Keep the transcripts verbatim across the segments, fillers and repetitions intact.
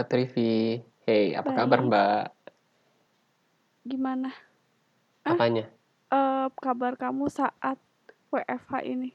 Mbak Trivi. Hey, apa kabar Baik, Mbak? gimana? Ah, Apanya? eh, kabar kamu saat W F H ini?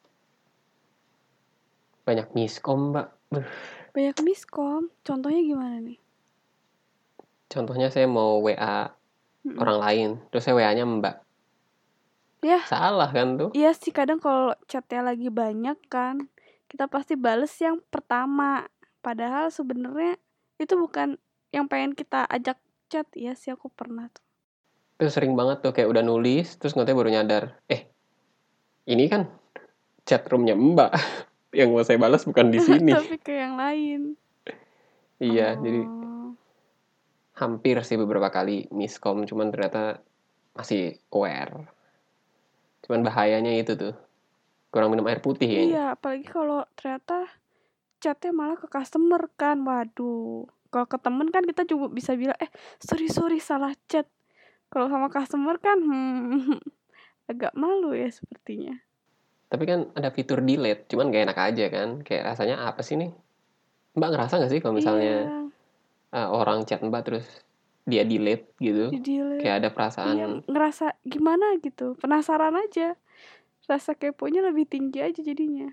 Banyak miskom Mbak. Beuh, Banyak miskom. Contohnya gimana nih? Contohnya saya mau W A Mm-mm. orang lain, terus saya W A-nya Mbak. Ya, Salah kan tuh? iya sih kadang kalau chatnya lagi banyak kan, kita pasti bales yang pertama. Padahal sebenarnya itu bukan yang pengen kita ajak chat. Iya sih aku pernah tuh. Itu sering banget tuh kayak udah nulis, terus ngetnya baru nyadar. Eh, ini kan chat room-nya Mbak. Yang mau saya balas bukan di sini. Tapi ke yang lain. Iya, jadi Oh, hampir sih beberapa kali miskom, cuman ternyata masih aware. Cuman bahayanya itu tuh, kurang minum air putih kayaknya. iya, apalagi kalau ternyata chatnya malah ke customer kan, waduh. Kalau ke temen kan kita juga bisa bilang, eh sorry sorry salah chat. Kalau sama customer kan, hmm, agak malu ya sepertinya. Tapi kan ada fitur delete, cuman gak enak aja kan. Kayak rasanya apa sih nih? Mbak ngerasa gak sih kalau misalnya Iya, uh, orang chat Mbak terus dia delete gitu? di delete. Kayak ada Iya, perasaan, ngerasa gimana gitu, penasaran aja. Rasa keponya lebih tinggi aja jadinya.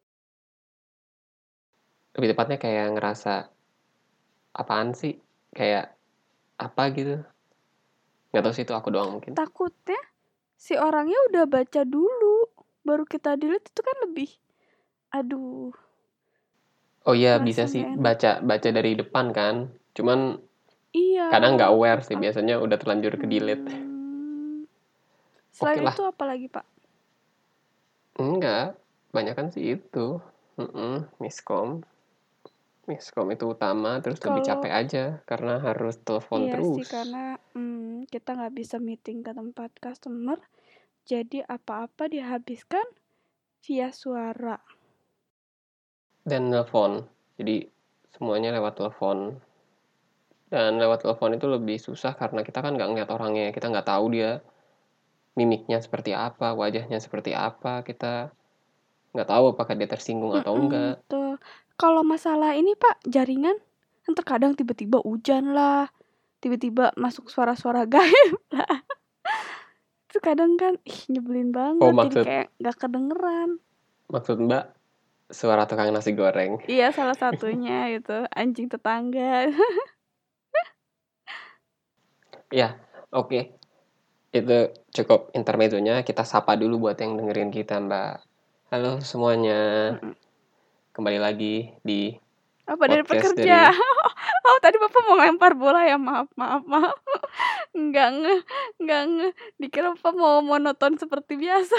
lebih tepatnya kayak ngerasa apaan sih? Kayak apa gitu? Gak tahu sih itu aku doang mungkin. Takutnya si orangnya udah baca dulu, baru kita delete itu kan lebih, aduh, Oh iya bisa ngerasa sih nggak enak. baca baca dari depan kan. Cuman Iya, kadang nggak aware sih. tetap. Biasanya udah terlanjur ke delete. Hmm, Oke selain lah, itu apa lagi Pak? enggak. Banyak kan sih itu. Mm-mm, miskom. Miskom itu utama, terus lebih Kalau capek aja karena harus telepon iya sih terus. karena hmm, kita nggak bisa meeting ke tempat customer, jadi apa-apa dihabiskan via suara. Dan nelpon. Jadi semuanya lewat telepon. Dan lewat telepon itu lebih susah karena kita kan nggak ngeliat orangnya. Kita nggak tahu dia mimiknya seperti apa, wajahnya seperti apa. Kita nggak tahu apakah dia tersinggung atau Mm-mm, enggak. betul. Kalau masalah ini Pak, jaringan kan terkadang tiba-tiba hujan lah, tiba-tiba masuk suara-suara gaib lah. Itu kadang kan ih, nyebelin Oh banget, jadi maksud kayak nggak kedengeran. maksud Mbak suara tukang nasi goreng. Iya salah satunya itu anjing tetangga. Ya, oke. Itu cukup intermezzonya. Kita sapa dulu buat yang dengerin kita, Mbak. Halo semuanya. Mm-mm. Kembali lagi di Apa dari podcast pekerja? dari Oh tadi Bapak mau lempar bola ya, maaf maaf maaf. Nggak nge, nggak nge. Dikira Bapak mau monoton seperti biasa.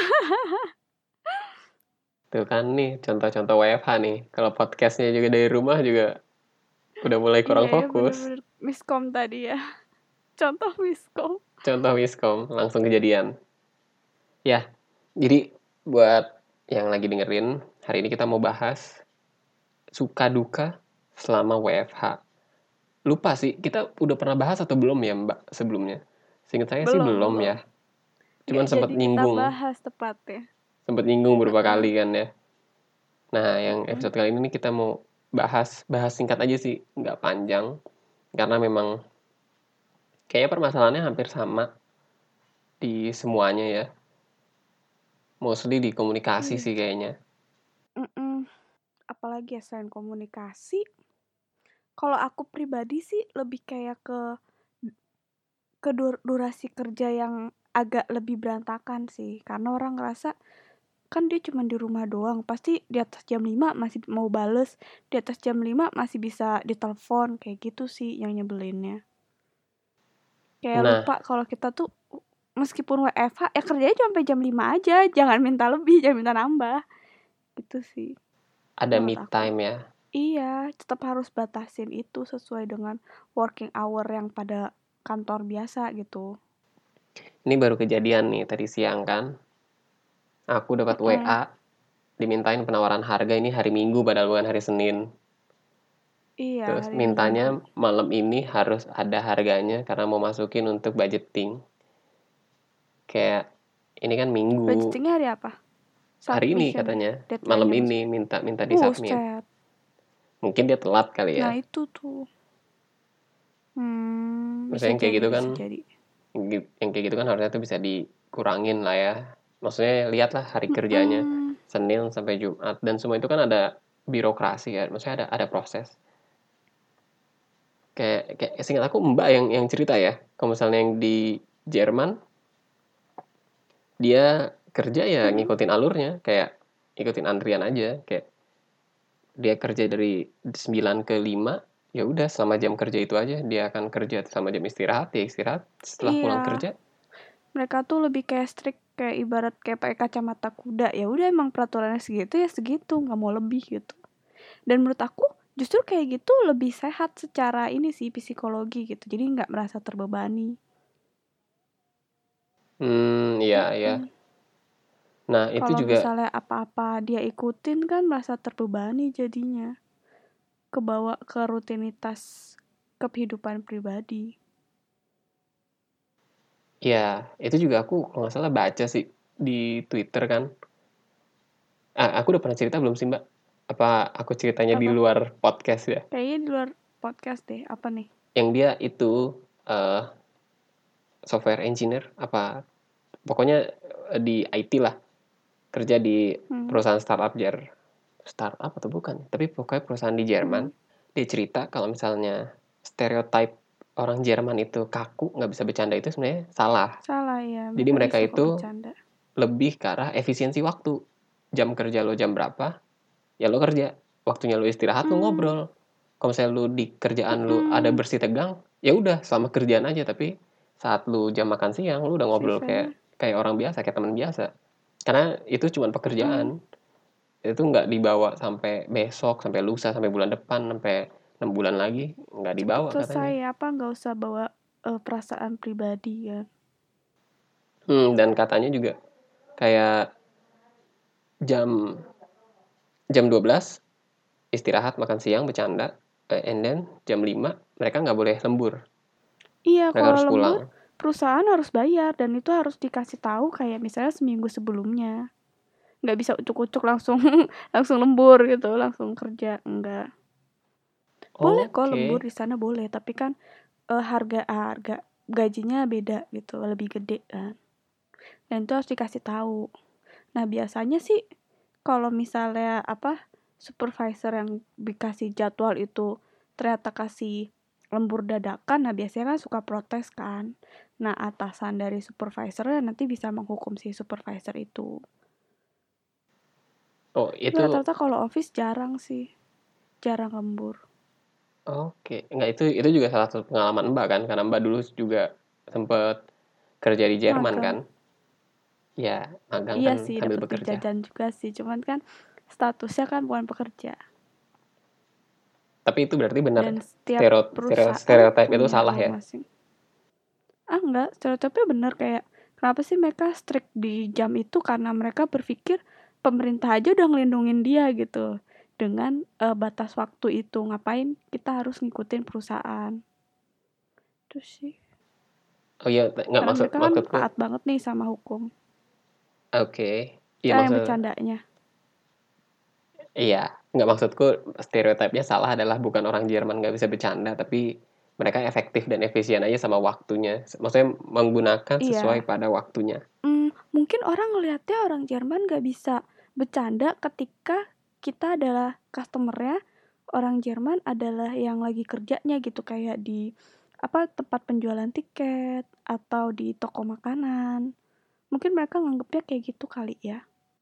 tuh kan nih contoh-contoh W F H nih. Kalau podcastnya juga dari rumah juga udah mulai kurang Iya ya fokus. bener-bener miskom tadi ya. Contoh miskom. Contoh miskom langsung kejadian. Ya, jadi buat yang lagi dengerin, hari ini kita mau bahas suka duka selama W F H. Lupa sih, kita udah pernah bahas atau belum ya Mbak sebelumnya? Seingat saya sih Belum belum belum. ya. Nggak Cuman sempat jadi kita nyinggung, bahas tepatnya. sempat nyinggung beberapa Mm-mm. kali kan ya. Nah, yang Mm-mm. episode kali ini nih kita mau bahas, bahas singkat aja sih, nggak panjang. Karena memang kayaknya permasalahannya hampir sama di semuanya ya. Mostly di komunikasi Iya. sih kayaknya. Mm-mm. Apalagi ya selain komunikasi. Kalau aku pribadi sih lebih kayak ke ke dur- durasi kerja yang agak lebih berantakan sih. Karena orang ngerasa kan dia cuma di rumah doang. Pasti di atas jam lima masih mau bales. Di atas jam lima masih bisa ditelepon. Kayak gitu sih yang nyebelinnya. Kayak Nah, lupa kalau kita tuh meskipun W F H ya kerjanya cuma sampai jam lima aja. Jangan minta lebih, jangan minta nambah. Gitu sih ada menurut me aku. time ya. Iya, tetap harus batasin itu sesuai dengan working hour yang pada kantor biasa gitu. Ini baru kejadian nih tadi siang kan. Aku dapat Mm-mm. W A dimintain penawaran harga ini hari Minggu padahal bukan hari Senin. Iya, Terus hari mintanya Minggu. malam ini harus ada harganya karena mau masukin untuk budgeting. Kayak ini kan Minggu, Budgetingnya hari apa? hari ini Submission katanya, malam deadline-nya ini maksudnya. minta minta disubmit. Buset. Mungkin dia telat kali ya. Nah itu tuh. Hmm, Maksudnya bisa yang kayak jadi, gitu bisa kan, jadi. yang gi- yang kayak gitu kan harusnya tuh bisa dikurangin lah ya. Maksudnya lihatlah hari kerjanya Mm-mm. Senin sampai Jumat dan semua itu kan ada birokrasi ya. Maksudnya ada ada proses. Kayak kayak seingat aku Mbak yang yang cerita ya. Kalau misalnya yang di Jerman dia kerja ya Mm-mm. ngikutin alurnya, kayak ngikutin antrian aja, kayak dia kerja dari sembilan ke lima, ya udah selama jam kerja itu aja dia akan kerja, sama jam istirahat ya istirahat setelah pulang Iya, kerja. mereka tuh lebih kayak strict, kayak ibarat kayak pakai kacamata kuda. Ya udah emang peraturannya segitu ya segitu, nggak mau lebih gitu. Dan menurut aku justru kayak gitu lebih sehat secara ini sih psikologi gitu. Jadi nggak merasa terbebani. Hmm, iya ya. Mm-mm. Nah, itu Kalau juga misalnya apa-apa dia ikutin kan merasa terbebani jadinya. Kebawa ke rutinitas kehidupan pribadi. ya, itu juga aku kalau nggak salah baca sih di Twitter kan. Ah, aku udah pernah cerita belum sih, Mbak? Apa aku ceritanya di Apa? luar podcast ya? Kayaknya di luar podcast deh. Apa nih? Yang dia itu eh, software engineer apa pokoknya eh, di I T lah, kerja di Hmm. perusahaan startup jar startup atau bukan, tapi pokoknya perusahaan di Jerman. Hmm. Dia cerita kalau misalnya stereotype orang Jerman itu kaku nggak bisa bercanda itu sebenarnya salah. Salah ya. Jadi Mereka mereka bisa kok itu bercanda. lebih ke arah efisiensi waktu. Jam kerja lo jam berapa, ya lo kerja. Waktunya lo istirahat lo Hmm. ngobrol. Kalau misalnya lo di kerjaan lo ada Mm-mm. bersih tegang, ya udah selama kerjaan aja. Tapi saat lo jam makan siang lo udah ngobrol kayak Sisanya. kayak orang biasa, kayak teman biasa. Karena itu cuma Mm-mm. pekerjaan. Itu nggak dibawa sampai besok, sampai lusa, sampai bulan depan, sampai enam bulan lagi, nggak Cepet dibawa selesai katanya. ya. Apa nggak usah bawa eh, perasaan pribadi ya. Hmm, dan katanya juga kayak jam jam dua belas istirahat, makan siang, bercanda, eh, and then jam lima mereka nggak boleh lembur. Iya, Mereka kalau harus lembur pulang. perusahaan harus bayar dan itu harus dikasih tahu kayak misalnya seminggu sebelumnya. Nggak bisa ucuk-ucuk langsung langsung lembur gitu, langsung kerja. Enggak. Boleh kok lembur Oke. di sana boleh, tapi kan eh, harga harga gajinya beda gitu, lebih gede kan. Dan itu harus dikasih tahu. Nah, biasanya sih kalau misalnya apa supervisor yang dikasih jadwal itu ternyata kasih lembur dadakan, nah biasanya kan suka protes kan. Nah, atasan dari supervisornya nanti bisa menghukum si supervisor itu. Oh, Tapi itu rata-rata kalau office jarang sih, jarang lembur. oke. Nggak, itu itu juga salah satu pengalaman Mbak kan, karena Mbak dulu juga sempet kerja di Jerman kan? Magang. Ya, magang Iya kan sih, sambil dapat duit bekerja. jajan juga sih, cuman kan statusnya kan bukan pekerja. Tapi itu berarti benar Dan setiap stereo, stereo, perusahaan stereotype itu punya salah hal ya? masing. Ah enggak, stereotipnya bener kayak kenapa sih mereka strict di jam itu karena mereka berpikir pemerintah aja udah ngelindungin dia gitu dengan uh, batas waktu itu, ngapain kita harus ngikutin perusahaan. Terus sih Oh iya, nggak karena maksud mereka kan maksudku. taat banget nih sama hukum. Oke. Iya Eh yang maksud bercandanya. iya, nggak maksudku stereotipnya salah adalah bukan orang Jerman nggak bisa bercanda, tapi mereka efektif dan efisien aja sama waktunya. Maksudnya menggunakan sesuai Iya. pada waktunya. Hmm, mungkin orang ngelihatnya orang Jerman gak bisa bercanda ketika kita adalah customernya, orang Jerman adalah yang lagi kerjanya gitu kayak di apa tempat penjualan tiket atau di toko makanan. Mungkin mereka nganggepnya kayak gitu kali ya.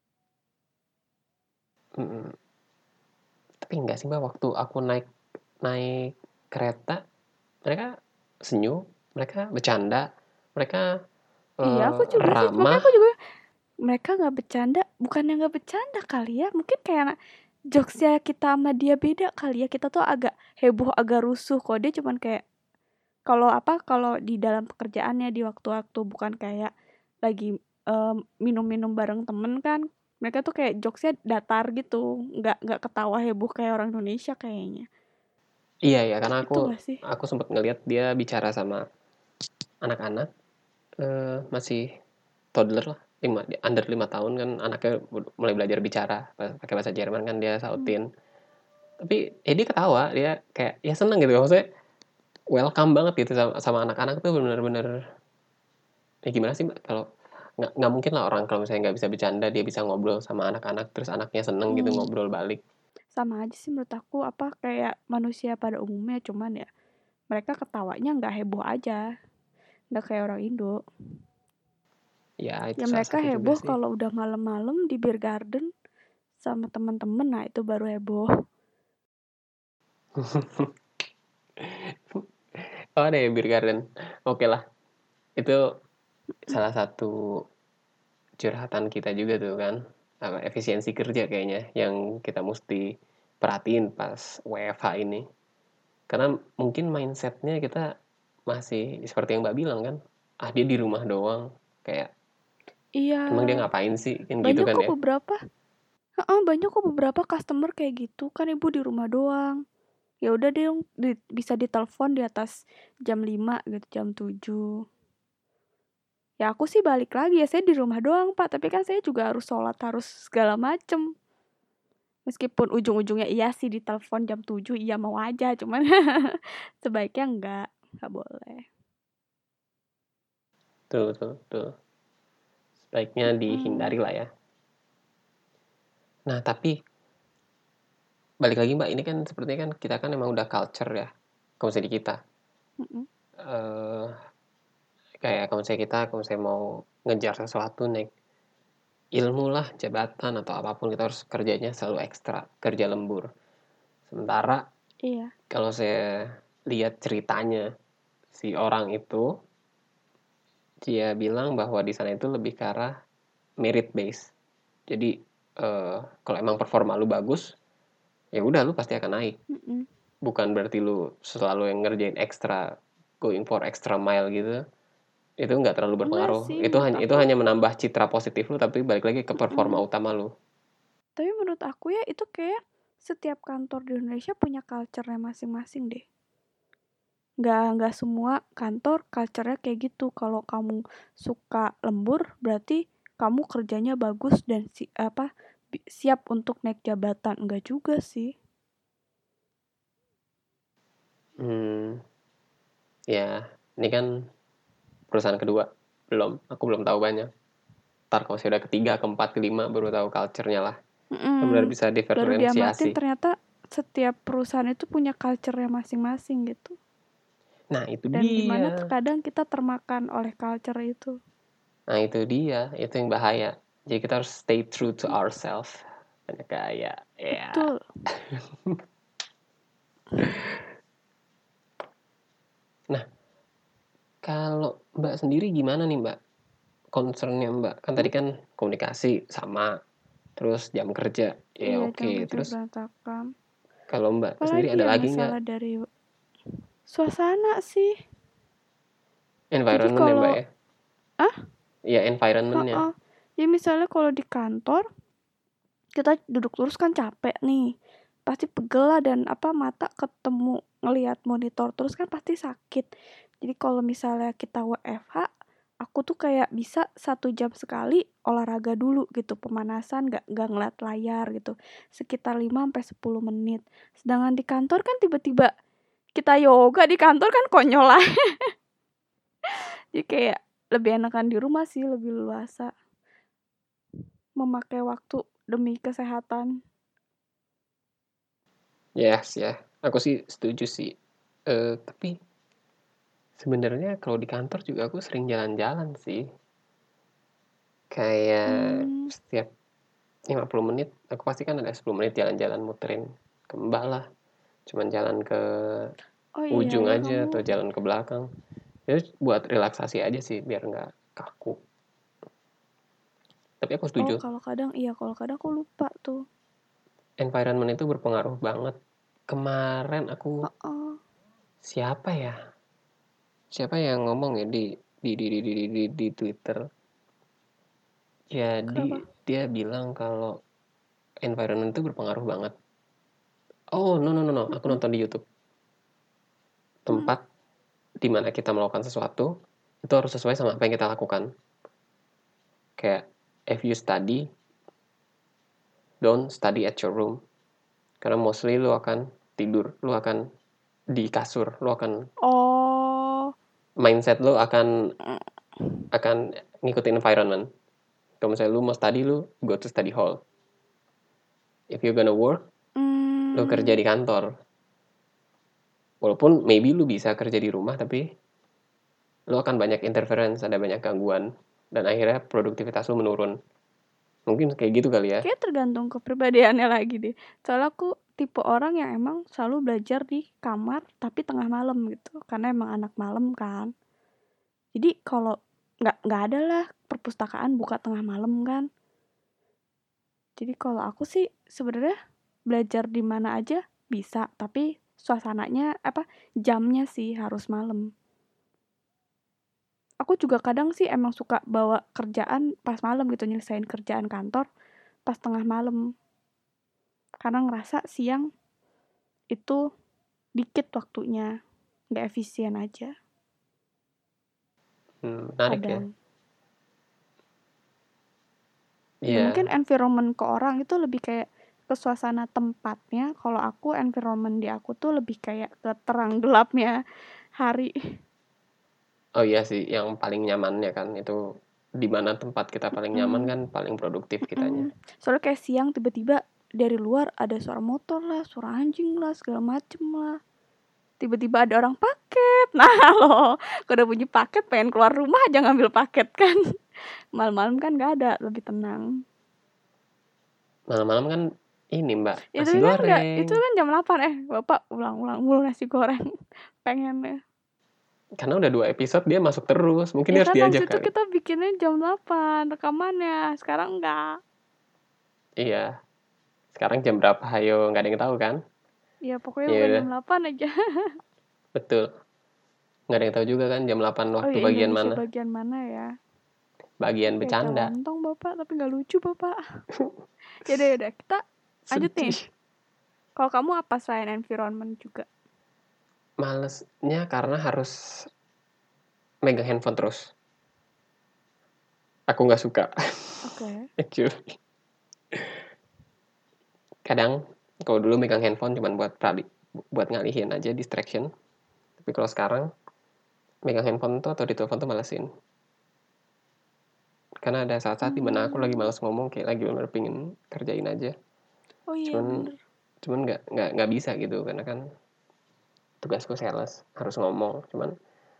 Mm, tapi enggak sih Mbak, waktu aku naik naik kereta, mereka senyum, mereka bercanda, mereka Iya, eh, aku juga sih. Makanya ramah. aku juga mereka nggak bercanda, bukannya nggak bercanda kali ya. Mungkin kayak jokesnya kita sama dia beda kali ya. Kita tuh agak heboh, agak rusuh kok. Dia cuman kayak kalau apa kalau di dalam pekerjaannya di waktu-waktu bukan kayak lagi em, minum-minum bareng temen kan mereka tuh kayak jokesnya datar gitu nggak nggak ketawa heboh kayak orang Indonesia kayaknya Iya ya, karena aku itu nggak sih. aku sempat ngelihat dia bicara sama anak-anak, eh, masih toddler lah, lima, under lima tahun kan anaknya mulai belajar bicara pakai bahasa Jerman kan dia Hmm. sautin. Tapi eh dia ketawa, dia kayak ya seneng gitu maksudnya. welcome banget gitu sama, sama anak-anak tuh bener-bener. Ya gimana sih Mbak kalau nggak nggak mungkin lah orang kalau misalnya nggak bisa bercanda dia bisa ngobrol sama anak-anak terus anaknya seneng gitu Hmm, ngobrol balik. sama aja sih menurut aku, apa kayak manusia pada umumnya, cuman ya mereka ketawanya nggak heboh aja, nggak kayak orang Indo. Ya itu Ya salah mereka satu juga heboh sih. kalau udah malam-malam di beer garden sama teman-teman, nah itu baru heboh. Oh ada ya beer garden. Oke lah. Itu salah satu curhatan kita juga tuh kan. Apa, efisiensi kerja kayaknya yang kita mesti perhatiin pas W F H ini. Karena mungkin mindsetnya kita masih seperti yang Mbak bilang kan. Ah dia di rumah doang. Kayak Iya, emang dia ngapain sih kan gitu banyak kan kok ya. beberapa, heeh, banyak kok beberapa customer kayak gitu, kan ibu di rumah doang. Ya udah deh di, bisa ditelepon di atas jam lima gitu, jam tujuh. Ya aku sih balik lagi, ya saya di rumah doang Pak, tapi kan saya juga harus sholat, harus segala macem. Meskipun ujung-ujungnya iya sih ditelepon jam tujuh, iya mau aja, cuman sebaiknya enggak, enggak boleh. Tuh, tuh, tuh. Sebaiknya Mm, dihindari lah ya. Nah, tapi balik lagi Mbak, ini kan sepertinya kan kita kan emang udah culture ya. Kalau misalnya di kita. mm, Eh kayak kalau misalnya kita, kalau misalnya mau ngejar sesuatu nih, ilmu lah, jabatan, atau apapun kita harus kerjanya selalu ekstra, kerja lembur. Sementara iya. kalau saya lihat ceritanya, si orang itu, dia bilang bahwa di sana itu lebih ke arah merit base. Jadi eh, kalau emang performa lu bagus, ya udah lu pasti akan naik. Mm-mm. Bukan berarti lu selalu yang ngerjain ekstra, going for extra mile gitu. Itu nggak terlalu Enggak berpengaruh. sih, Itu menurut hanya itu aku. hanya menambah citra positif lu, tapi balik lagi ke performa Mm-mm. utama lu. Tapi menurut aku ya itu kayak setiap kantor di Indonesia punya culture-nya masing-masing deh. Nggak, nggak semua kantor culture-nya kayak gitu. Kalau kamu suka lembur, berarti kamu kerjanya bagus dan si, apa siap untuk naik jabatan. Enggak juga sih. Hmm, ya ini kan perusahaan kedua, belum. Aku belum tahu banyak. Ntar kalau saya udah ketiga, keempat, kelima, baru tahu culture-nya lah. Benar Mm-mm. bisa Baru diamatin diferensiasi. ternyata setiap perusahaan itu punya culture-nya masing-masing gitu. Nah itu Dan dimana dia. terkadang kita termakan oleh culture itu. Nah itu dia. Itu yang bahaya. Jadi kita harus stay true to ourselves. Banyak kayak, ya. Betul. Nah, kalau Mbak sendiri gimana nih Mbak? Concernnya Mbak, kan Hmm? tadi kan komunikasi sama, terus jam kerja, ya Iya, jam oke. kerja Terus berantakan. kalau Mbak sendiri Apalagi ada ya lagi nggak masalah dari suasana sih. Jadi environment ya Mbak kalau ya? ah, Ya environmentnya. heeh. Ya misalnya kalau di kantor kita duduk terus kan capek nih. Pasti pegel lah, dan apa mata ketemu ngelihat monitor terus kan pasti sakit. Jadi kalau misalnya kita W F H, aku tuh kayak bisa satu jam sekali olahraga dulu gitu, pemanasan, nggak nggak ngeliat layar gitu, sekitar lima sampai sepuluh menit. Sedangkan di kantor kan tiba-tiba kita yoga di kantor kan konyol lah. Jadi kayak lebih enakan di rumah sih, lebih luasa memakai waktu demi kesehatan. Yes ya, aku sih setuju sih. Eh, tapi sebenarnya kalau di kantor juga aku sering jalan-jalan sih. Kayak Hmm, setiap lima puluh menit, aku pasti kan ada sepuluh menit jalan-jalan muterin ke Mbak lah. Cuman jalan ke oh iya ujung ya aja kamu. atau jalan ke belakang. Jadi buat relaksasi aja sih biar nggak kaku. Tapi aku Oh, setuju, kalau kadang iya, kalau kadang aku lupa tuh. environment itu berpengaruh banget. Kemarin aku Heeh. siapa ya? Siapa yang ngomong ya di di di di di, di, di Twitter. Jadi Kenapa? dia bilang kalau environment itu berpengaruh banget. Oh, no no no no, aku Mm-mm. nonton di YouTube. Mm-mm. Tempat di mana kita melakukan sesuatu itu harus sesuai sama apa yang kita lakukan. Kayak if you study, don't study at your room. Karena mostly lu akan tidur, lu akan di kasur, lo akan Oh. mindset lo akan akan ngikutin environment. Kalau misalnya lu mau study, lu go to study hall. If you're gonna work, Hmm. lu kerja di kantor. Walaupun maybe lu bisa kerja di rumah, tapi lu akan banyak interference, ada banyak gangguan, dan akhirnya produktivitas lu menurun. Mungkin kayak gitu kali ya. Kayak tergantung kepribadiannya lagi deh. Soalnya aku tipe orang yang emang selalu belajar di kamar tapi tengah malam gitu, karena emang anak malam kan. Jadi kalau nggak nggak ada lah perpustakaan buka tengah malam kan. Jadi kalau aku sih sebenarnya belajar di mana aja bisa, tapi suasananya apa jamnya sih harus malam. Aku juga kadang sih emang suka bawa kerjaan pas malam gitu, nyelesain kerjaan kantor pas tengah malam. Karena ngerasa siang itu dikit waktunya, nggak efisien aja. Hmm, menarik Kadang. ya. Ya Iya. mungkin environment ke orang itu lebih kayak ke suasana tempatnya. Kalau aku environment di aku tuh lebih kayak ke terang gelapnya hari. Oh iya sih, yang paling nyamannya kan itu di mana tempat kita paling nyaman Mm. kan paling produktif kitanya. Mm. Soalnya kayak siang tiba-tiba dari luar ada suara motor lah, suara anjing lah, segala macem lah. Tiba-tiba ada orang paket. Nah loh, kalau udah bunyi paket pengen keluar rumah aja ngambil paket kan. Malam-malam kan gak ada, lebih tenang. Malam-malam kan ini mbak, Itu nasi kan gak, goreng. itu kan jam delapan. Eh bapak ulang-ulang mulu nasi goreng. Pengennya. Karena udah dua episode dia masuk terus, mungkin Ya dia harus kan diajak waktu itu kali. kita bikinnya jam delapan rekamannya. Sekarang enggak. Iya. Sekarang jam berapa? Ayo, nggak ada yang tahu kan? Ya pokoknya Ya bukan udah, jam delapan aja. betul. Nggak ada yang tahu juga kan jam delapan Oh waktu ya bagian Indonesia mana? bagian mana ya? Bagian Kayak bercanda. kelontong bapak, tapi nggak lucu bapak. Yaudah yaudah kita lanjut nih. Sedih. Kalau kamu apa selain environment juga? Malesnya karena harus megang handphone terus. Aku nggak suka. Oke. Actually. Kadang kalau dulu megang handphone cuma buat prali, buat ngalihin aja distraction. Tapi kalau sekarang megang handphone tuh atau di telepon tuh malesin. Karena ada saat-saat dimana aku lagi males ngomong, kayak lagi bener pengen kerjain aja. Oh iya Cuman bener. cuman nggak nggak nggak bisa gitu karena kan tugasku sales harus ngomong. Cuman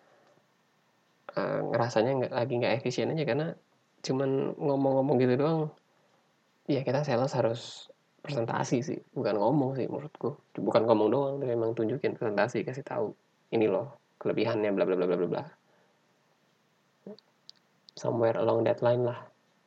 uh, ngerasanya nggak lagi nggak efisien aja karena cuman ngomong-ngomong gitu doang. Ya kita sales harus presentasi sih, bukan ngomong sih menurutku. Bukan ngomong doang, tapi memang tunjukin presentasi, kasih tahu ini loh kelebihannya bla bla bla bla bla bla. Somewhere along that line lah.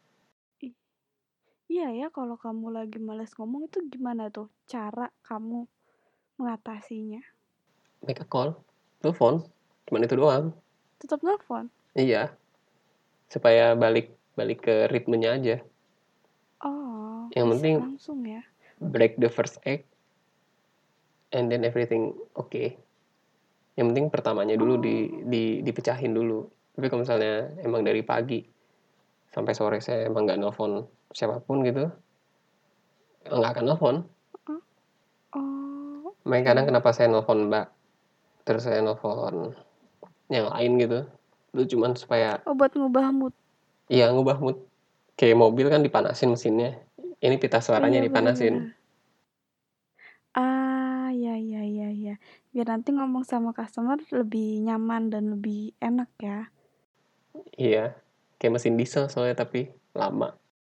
Iya ya, kalau kamu lagi males ngomong itu gimana tuh cara kamu mengatasinya? Make a call, telepon, cuman itu doang. Tetap nelfon? Iya, supaya balik balik ke ritmenya aja. Oh, Yang bisa penting langsung ya. break the first egg and then everything oke. Okay. Yang penting pertamanya dulu Oh. di, di dipecahin dulu. Tapi kalau misalnya emang dari pagi sampai sore saya emang nggak nelfon siapapun gitu, nggak akan nelfon. Oh. Makanya kadang kenapa saya nelfon mbak, terus saya nelfon yang lain gitu, itu cuman supaya Oh buat ngubah mood. iya ngubah mood. Kayak mobil kan dipanasin mesinnya, ini pita Oh suaranya iya dipanasin. benar-benar. Ah ya ya ya ya. Biar nanti ngomong sama customer lebih nyaman dan lebih enak ya. Iya, kayak mesin diesel soalnya tapi lama.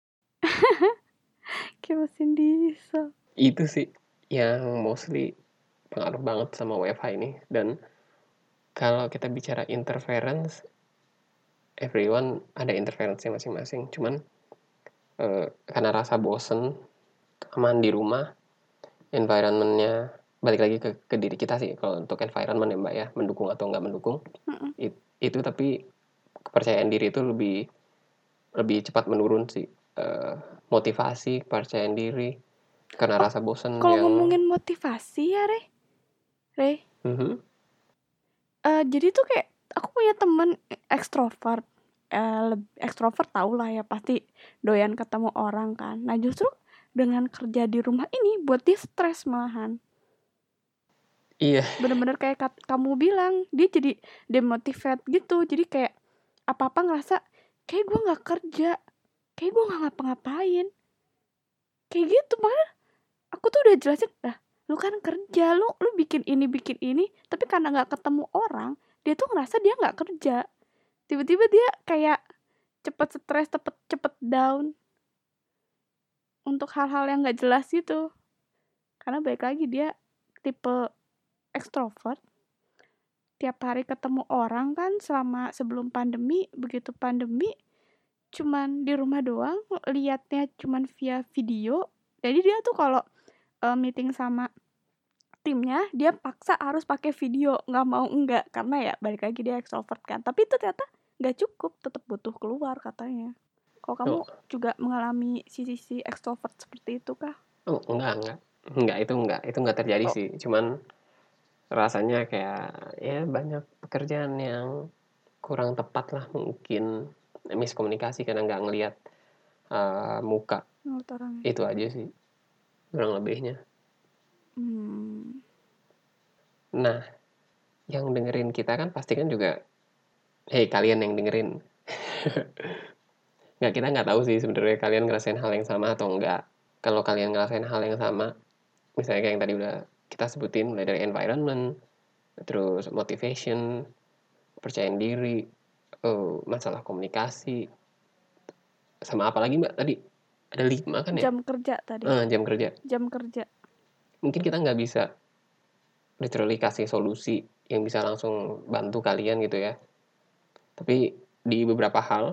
Kayak mesin diesel. Itu sih yang mostly pengaruh banget sama W F H ini. Dan kalau kita bicara interference, everyone ada interference-nya masing-masing. Cuman eh, karena rasa bosen, aman di rumah, environment-nya balik lagi ke, ke diri kita sih. Kalau untuk environment ya mbak ya, mendukung atau nggak mendukung, it, itu tapi kepercayaan diri itu lebih lebih cepat menurun sih. Eh, motivasi, kepercayaan diri, karena Oh rasa bosen kalau yang ngomongin motivasi ya Re, Re. mhm. Uh, jadi tuh kayak aku punya temen ekstrovert. Uh, ekstrovert tau lah ya pasti doyan ketemu orang kan. Nah justru dengan kerja di rumah ini buat dia stres malahan. Iya. Bener-bener kayak kat, kamu bilang, dia jadi demotivate gitu. Jadi kayak apa-apa ngerasa kayak gue nggak kerja, kayak gue nggak ngapa-ngapain, kayak gitu. Makanya aku tuh udah jelasin, dah lu kan kerja, lu lu bikin ini bikin ini, tapi karena nggak ketemu orang, dia tuh ngerasa dia nggak kerja. Tiba-tiba dia kayak cepet stres, cepet cepet down untuk hal-hal yang nggak jelas gitu. Karena balik lagi dia tipe ekstrovert, tiap hari ketemu orang kan selama sebelum pandemi. Begitu pandemi cuman di rumah doang, liatnya cuman via video. Jadi dia tuh kalau uh, meeting sama timnya, dia paksa harus pakai video, nggak mau enggak, karena ya balik lagi dia ekstrovert kan. Tapi itu ternyata nggak cukup, tetap butuh keluar katanya. Kalau kamu Oh, juga mengalami sisi-sisi ekstrovert seperti itu kah? oh enggak, enggak. Enggak, itu enggak. Itu enggak terjadi Oh, sih. Cuman rasanya kayak ya banyak pekerjaan yang kurang tepat lah mungkin. Miskomunikasi karena nggak ngelihat uh, muka. menurut orangnya. Itu aja sih kurang lebihnya. Hmm. Nah, yang dengerin kita kan pasti kan juga, hey kalian yang dengerin. Nggak, kita nggak tahu sih sebenarnya kalian ngerasain hal yang sama atau enggak. Kalau kalian ngerasain hal yang sama, misalnya kayak yang tadi udah kita sebutin, mulai dari environment, terus motivation, percayaan diri, oh, masalah komunikasi, sama apa lagi mbak tadi? Ada lima kan ya? Jam kerja tadi. Eh, jam kerja. Jam kerja. Mungkin kita nggak bisa literally kasih solusi yang bisa langsung bantu kalian gitu ya. Tapi di beberapa hal,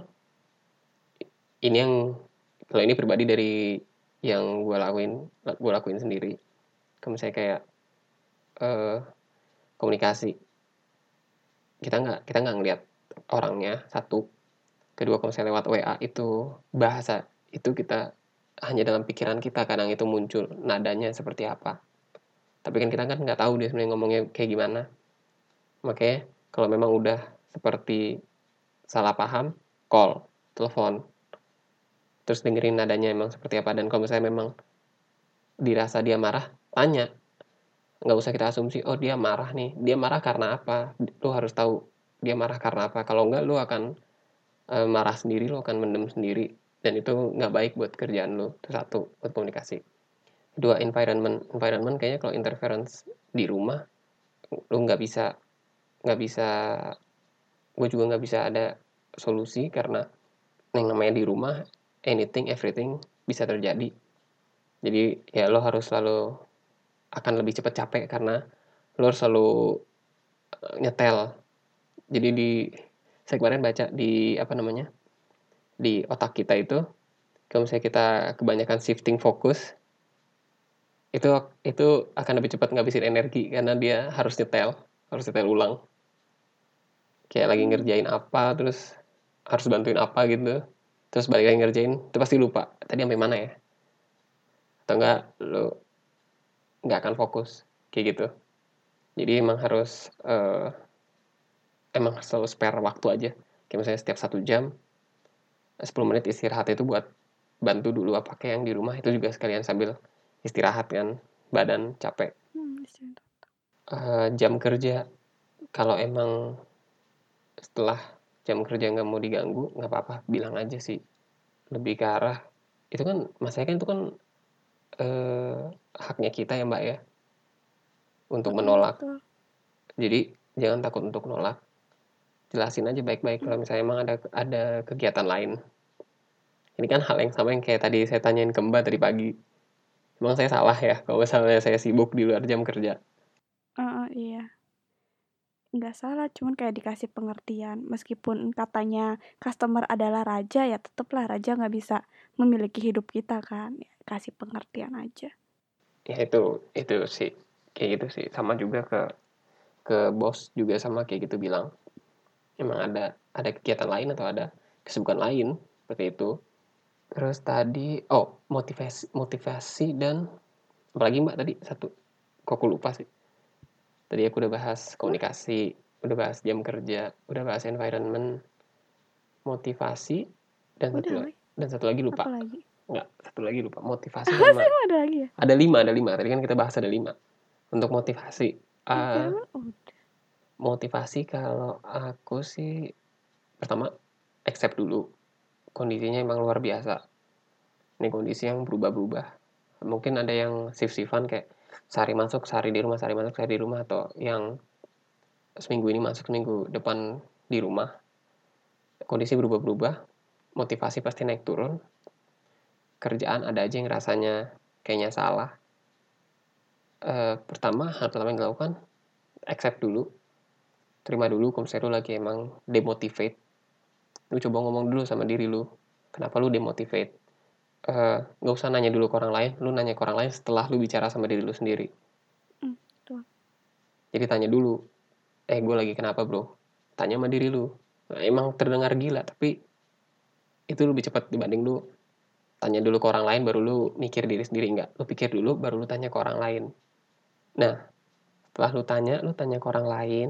ini yang kalau ini pribadi dari yang gue lakuin, gue lakuin sendiri. Kalau misalnya kayak eh, komunikasi, kita nggak kita nggak ngelihat orangnya satu, kedua kalau misalnya lewat W A itu bahasa itu kita hanya dalam pikiran kita kadang itu muncul nadanya seperti apa. Tapi kan kita kan nggak tahu dia sebenarnya ngomongnya kayak gimana. Makanya kalau memang udah seperti salah paham, call, telepon, terus dengerin nadanya emang seperti apa. Dan kalau misalnya memang dirasa dia marah, tanya. Nggak usah kita asumsi, oh dia marah nih, dia marah karena apa. Lu harus tahu dia marah karena apa. Kalau nggak, lu akan eh, marah sendiri, lu akan mendem sendiri. Dan itu nggak baik buat kerjaan lu. Itu satu, buat komunikasi. Dua, environment. Environment kayaknya kalau interference di rumah, lu nggak bisa, nggak bisa, gue juga nggak bisa ada solusi karena yang namanya di rumah, anything, everything bisa terjadi. Jadi ya lo harus selalu akan lebih cepat capek karena lo harus selalu eh, nyetel. Jadi di saya kemarin baca di apa namanya di otak kita itu kalau misalnya kita kebanyakan shifting fokus itu itu akan lebih cepat ngabisin energi karena dia harus nyetel harus nyetel ulang kayak lagi Hmm. ngerjain apa terus harus bantuin apa gitu terus balik lagi ngerjain itu pasti lupa tadi sampai mana ya atau enggak lo nggak akan fokus kayak gitu jadi emang harus eh, emang selalu spare waktu aja kayak misalnya setiap satu jam sepuluh menit istirahat itu buat bantu dulu apa kayak yang di rumah itu juga sekalian sambil istirahat kan badan capek. Hmm, istirahat. Eh, jam kerja kalau emang setelah jam kerja nggak mau diganggu nggak apa-apa bilang aja sih lebih ke arah itu kan maksudnya kan itu kan eh, haknya kita ya mbak ya untuk Mm-mm, menolak betul. jadi jangan takut untuk nolak jelasin aja baik-baik kalau misalnya emang ada ada kegiatan lain ini kan hal yang sama yang kayak tadi saya tanyain ke mbak tadi pagi emang saya salah ya kalau misalnya saya sibuk di luar jam kerja. Uh, iya, nggak salah, cuman kayak dikasih pengertian. Meskipun katanya customer adalah raja, ya tetaplah raja nggak bisa memiliki hidup kita kan. Ya, kasih pengertian aja. Ya itu itu sih kayak gitu sih sama juga ke ke bos juga sama kayak gitu bilang emang ada ada kegiatan lain atau ada kesibukan lain seperti itu. Terus tadi oh motivasi motivasi dan apalagi mbak tadi satu kok aku lupa sih tadi aku udah bahas Hah? komunikasi udah bahas jam kerja udah bahas environment motivasi dan satu Udah lagi weh, dan satu lagi lupa apa lagi? nggak satu lagi lupa motivasi Masih sama ada lagi ya? ada lima ada lima tadi kan kita bahas ada lima untuk motivasi Uh, Kiriman udah. motivasi kalau aku sih pertama accept dulu kondisinya emang luar biasa. Ini kondisi yang berubah-berubah. Mungkin ada yang shift-shiftan kayak sehari masuk, sehari di rumah, sehari masuk, sehari di rumah, atau yang seminggu ini masuk, seminggu depan di rumah. Kondisi berubah-berubah, motivasi pasti naik turun. Kerjaan ada aja yang rasanya kayaknya salah. Uh, pertama, hal pertama yang dilakukan, accept dulu. Terima dulu kalau misalnya lu lagi emang demotivate. Lu coba ngomong dulu sama diri lu. Kenapa lu demotivate? Uh, gak usah nanya dulu ke orang lain. Lu nanya ke orang lain setelah lu bicara sama diri lu sendiri. Hmm, tuh. Jadi tanya dulu. Eh, gue lagi kenapa bro? Tanya sama diri lu. Nah, emang terdengar gila, tapi itu lebih cepat dibanding lu tanya dulu ke orang lain baru lu mikir diri sendiri. Enggak, lu pikir dulu baru lu tanya ke orang lain. Nah, setelah lu tanya, lu tanya ke orang lain,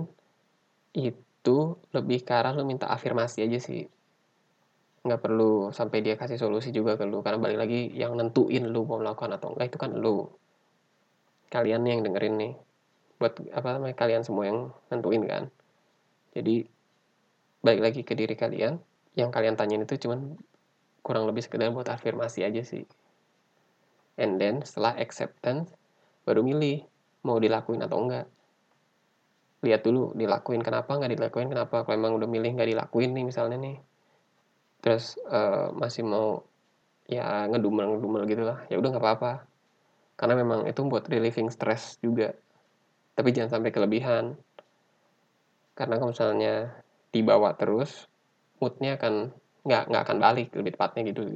itu lebih ke arah lu minta afirmasi aja sih. Nggak perlu sampai dia kasih solusi juga ke lu, karena balik lagi yang nentuin lu mau melakukan atau enggak itu kan lu. Kalian yang dengerin nih, buat apa namanya, kalian semua yang nentuin kan. Jadi balik lagi ke diri kalian, yang kalian tanyain itu cuman kurang lebih sekedar buat afirmasi aja sih. And then setelah acceptance baru milih mau dilakuin atau enggak. Lihat dulu dilakuin kenapa, nggak dilakuin kenapa. Kalau emang udah milih nggak dilakuin nih misalnya nih, terus uh, masih mau ya ngedumel ngedumel gitu lah, ya udah nggak apa-apa, karena memang itu buat relieving stress juga, tapi jangan sampai kelebihan, karena kalau misalnya dibawa terus moodnya akan nggak nggak akan balik lebih tepatnya gitu.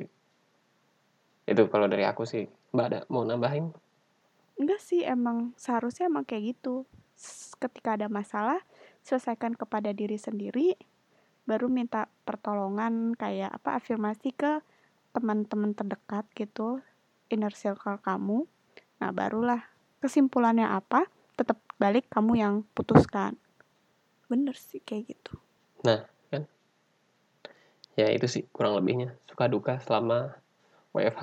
Itu kalau dari aku sih. Mbak ada mau nambahin? Enggak sih, emang seharusnya emang kayak gitu. Ketika ada masalah, selesaikan kepada diri sendiri, baru minta pertolongan kayak apa afirmasi ke teman-teman terdekat gitu, inner circle kamu. Nah, barulah kesimpulannya apa, tetap balik kamu yang putuskan. Bener sih kayak gitu. Nah, kan? Ya itu sih kurang lebihnya suka duka selama W F H.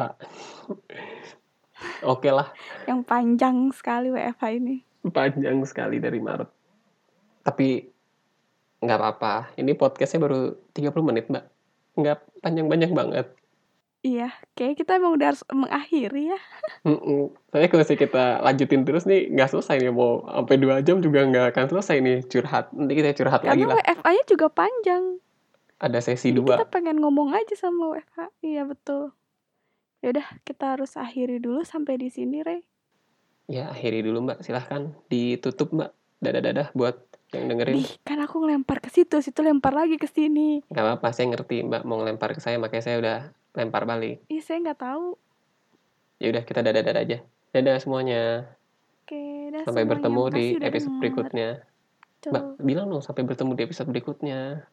Oke lah. Yang panjang sekali W F H ini. Panjang sekali dari Maret. Tapi nggak apa-apa. Ini podcastnya baru tiga puluh menit, Mbak. Nggak panjang-panjang banget. Iya, kayak kita emang udah harus mengakhiri ya. Mm-mm. Soalnya kalau misalnya kita lanjutin terus nih, nggak selesai nih. Mau sampai dua jam juga nggak akan selesai nih curhat. Nanti kita curhat Karena lagi lah. W F H-nya juga panjang. Ada sesi Jadi dua. kita pengen ngomong aja sama W F H. Iya, betul. Yaudah, kita harus akhiri dulu sampai di sini, Rey. Ya, akhiri dulu, Mbak. Silahkan ditutup, Mbak. Dadah-dadah buat yang dengerin. Dih, kan aku ngelempar ke situ, situ lempar lagi ke sini. Gak apa-apa, saya ngerti Mbak mau ngelempar ke saya, makanya saya udah lempar balik. Ih, saya nggak tahu. Ya udah kita dadah-dadah aja. Dadah semuanya. Oke, dah Sampai semuanya. bertemu di Makasih udah episode denger. berikutnya. Mbak, Tuh. bilang dong sampai bertemu di episode berikutnya.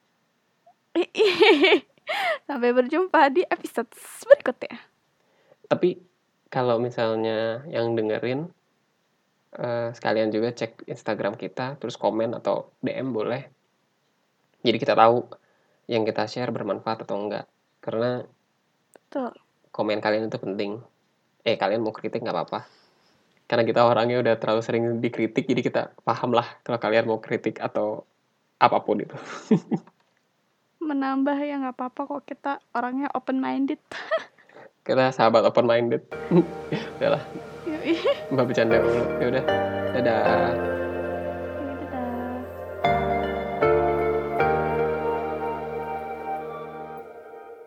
Sampai berjumpa di episode berikutnya. Tapi kalau misalnya yang dengerin, uh, sekalian juga cek Instagram kita, terus komen atau D M boleh. Jadi kita tahu yang kita share bermanfaat atau enggak. Karena Betul. komen kalian itu penting. Eh, kalian mau kritik nggak apa-apa. Karena kita orangnya udah terlalu sering dikritik, jadi kita paham lah kalau kalian mau kritik atau apapun itu. Menambah ya nggak apa-apa kok, kita orangnya open minded. Kita sahabat open minded. Udahlah. Mbak bercanda dulu. Ya udah. Dadah.